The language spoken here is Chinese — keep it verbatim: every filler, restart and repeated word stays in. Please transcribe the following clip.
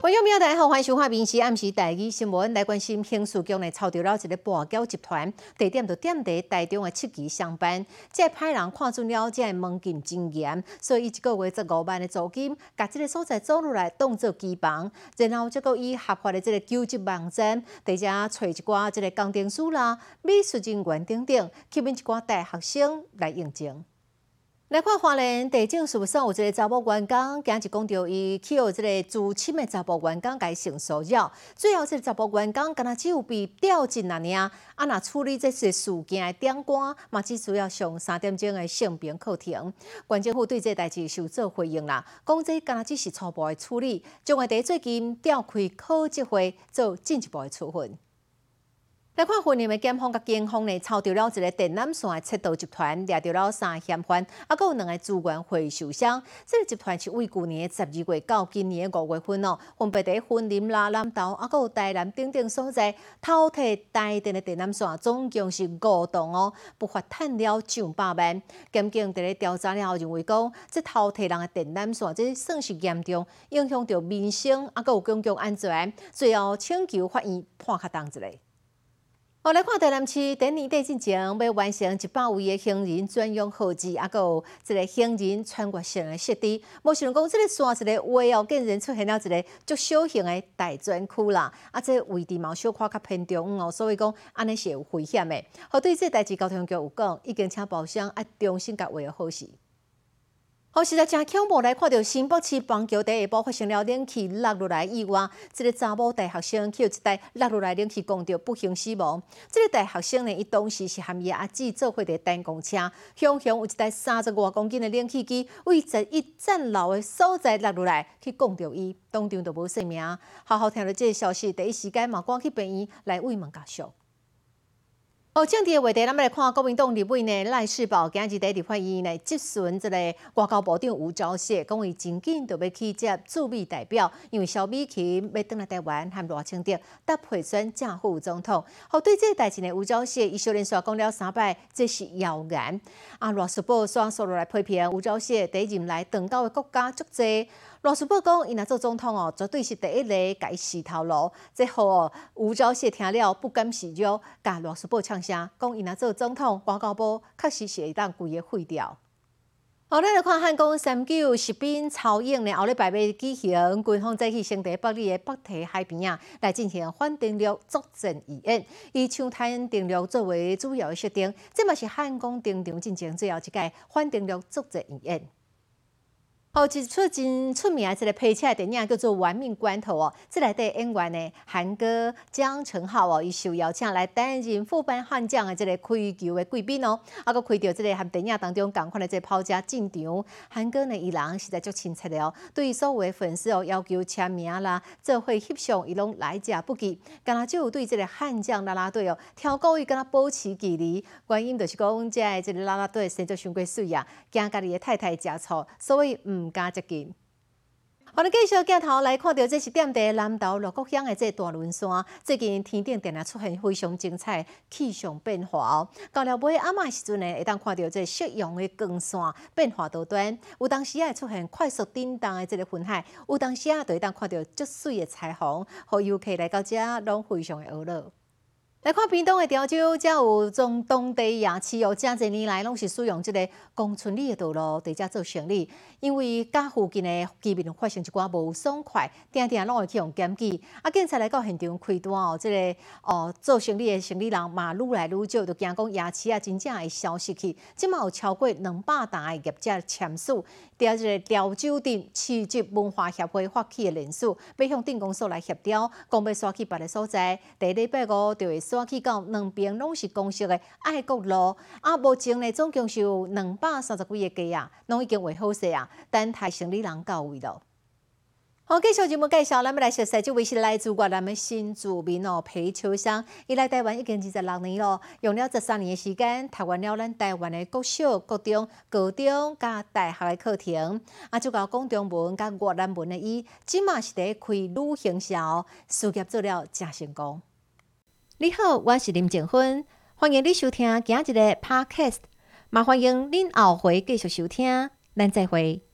朋友们，大家好，欢迎收看《民视暗时台语新闻》。来关心刑事局呢，抄到了一个跋筊集团，地点就点在台中的七期上班。这派人看准了这门禁真严，所以一个月十五万的租金，把这个所在租落来当做机房，然后再个以合法的这个求职网站，伫遮找一寡这个工程师啦、美术人员等等，吸引一寡大学生来应征。来看花莲地政事务所有一个查某员工，今日讲到伊去互这个资深的查某员工甲性骚扰，最后这个查某员工敢若只有被调进那尔，啊若处理这些事件的点官，嘛只需要上三点钟的性平课程。县政府对这代志受做回应啦，讲这敢若只是初步的处理，将会伫最近召开考绩会做进一步的处分。来看去年的检方甲警方呢，抄到了一个电缆线的窃盗集团，掠到了三嫌犯，啊，阁有两个资源回收箱。这个集团是为去年十二月到今年的五月份哦，分别伫云林啦、南投啊，阁有台南等等所在偷摕台电的电缆线，总共是五栋哦，不法趁了上百万。检警伫咧调查了后认为讲，这偷摕人的电缆线，这算是严重影响到民生，啊，阁有公共安全，最后请求法院判较重一个。哦，来看台南市第年底之前要完成一百位的行人专用号志，啊，阁有一个行人穿越线的设置。无想讲，这个线一个话哦，竟然出现了一个足小型的大专区啦。啊，这位置嘛小可较偏中哦，所以讲安尼是有危险的。好，对这代志交通局有讲，已经请包厢啊重新甲画好势。好，实在真恐怖！来看到新北市邦桥第下晡发生了冷气落落来意外，这个查某大学生去一台落落来冷气撞到不幸死亡。这个大学生呢，伊当时是和伊阿姊做伙伫单公车，雄雄有一台三十外公斤的冷气机，为十一站楼的所在落落来去撞到伊，当场就无性命。好好听到这个消息，第一时间嘛赶去病院来慰问家属。哦，政治的话题，咱们来看国民党立委呢赖世宝今日在立法院来质询这个外交部长吴钊燮，讲伊真紧就要去接驻美代表，因为萧美琴要返来台湾和赖清德搭配选正副总统。好，对这个代志呢，吴钊燮伊小连续讲了三摆，这是谣言。啊，赖世宝刷刷落来批评吴钊燮第一任来断交的国家足济。赖世宝讲，伊若做总统哦，绝对是第一个甲伊洗头路。这好哦，吴钊燮听了不甘示弱，甲赖世宝呛声，讲伊若做总统，外交部确实是会当规个废掉。后来来看汉光三九实兵超英呢，后礼拜要举行军方再去成地北里的北堤海边啊，来进行反定律作战预演，以枪弹定律作为主要的设定，这嘛是汉光登场进行最后一届反定律作战预演。好，一出真出名的一个拍摄电影叫做《玩命关头》哦，这内底演员呢，韩哥姜承浩哦，伊受邀请来担任副颁悍将的这个开球的贵宾哦，啊，佮开到这个和电影当中同款的这个跑车进场，韩哥呢，伊人实在足亲切的哦，对所有的粉丝哦要求签名啦，做伙翕相，伊拢来者不拒。敢若只有对这个悍将啦啦队哦，挑故意跟他保持距离，原因就是讲，这个这个啦啦队生做伤过水啊，惊家己的太太食醋，所以唔。唔敢接近。我哋继续镜头来看到，这是点在南投鹿谷乡的这大轮山，最近天顶定定出现非常精彩气象变化哦。到了尾暗暝时阵呢，会当看到这夕阳的光线变化多端，有当时啊会出现快速震动的这个云海，有当时啊就会当看到足水的彩虹，和游客来到这拢非常的娱乐。来看屏东的潮州，才有从当地夜市哦，真侪年来拢是使用这个公村里的道路伫遮做生意，因为甲附近的居民发生一寡无爽快，定定拢会去用检举。啊，警察来到现场开单哦，这个哦做生意的生意人嘛愈来愈少，就惊讲夜市啊真正会消失去。即嘛有超过两百单的业者签署，伫这个潮州镇市集文化协会发起的联署，要向镇公所来协调，讲要刷去别个所在。第一礼拜五就会刷去到两边拢是公设的爱国路，啊，目前呢总共是有两百三十几个家啊，拢已经画好势啊，等待生理人到位咯。好，继续节目介绍，咱们来熟悉这位是来自越南的新住民哦，裴秋香。伊来台湾已经二十六年咯，用了十三年的时间，读完了咱台湾的国小、国中、高中加大学的课程。啊，就教讲中文加越南文的伊，即嘛是伫开旅行社，事业做了真成功。你好，我是林静芬，欢迎你收听今日的 Podcast， 嘛欢迎恁后回继续收听，咱再会。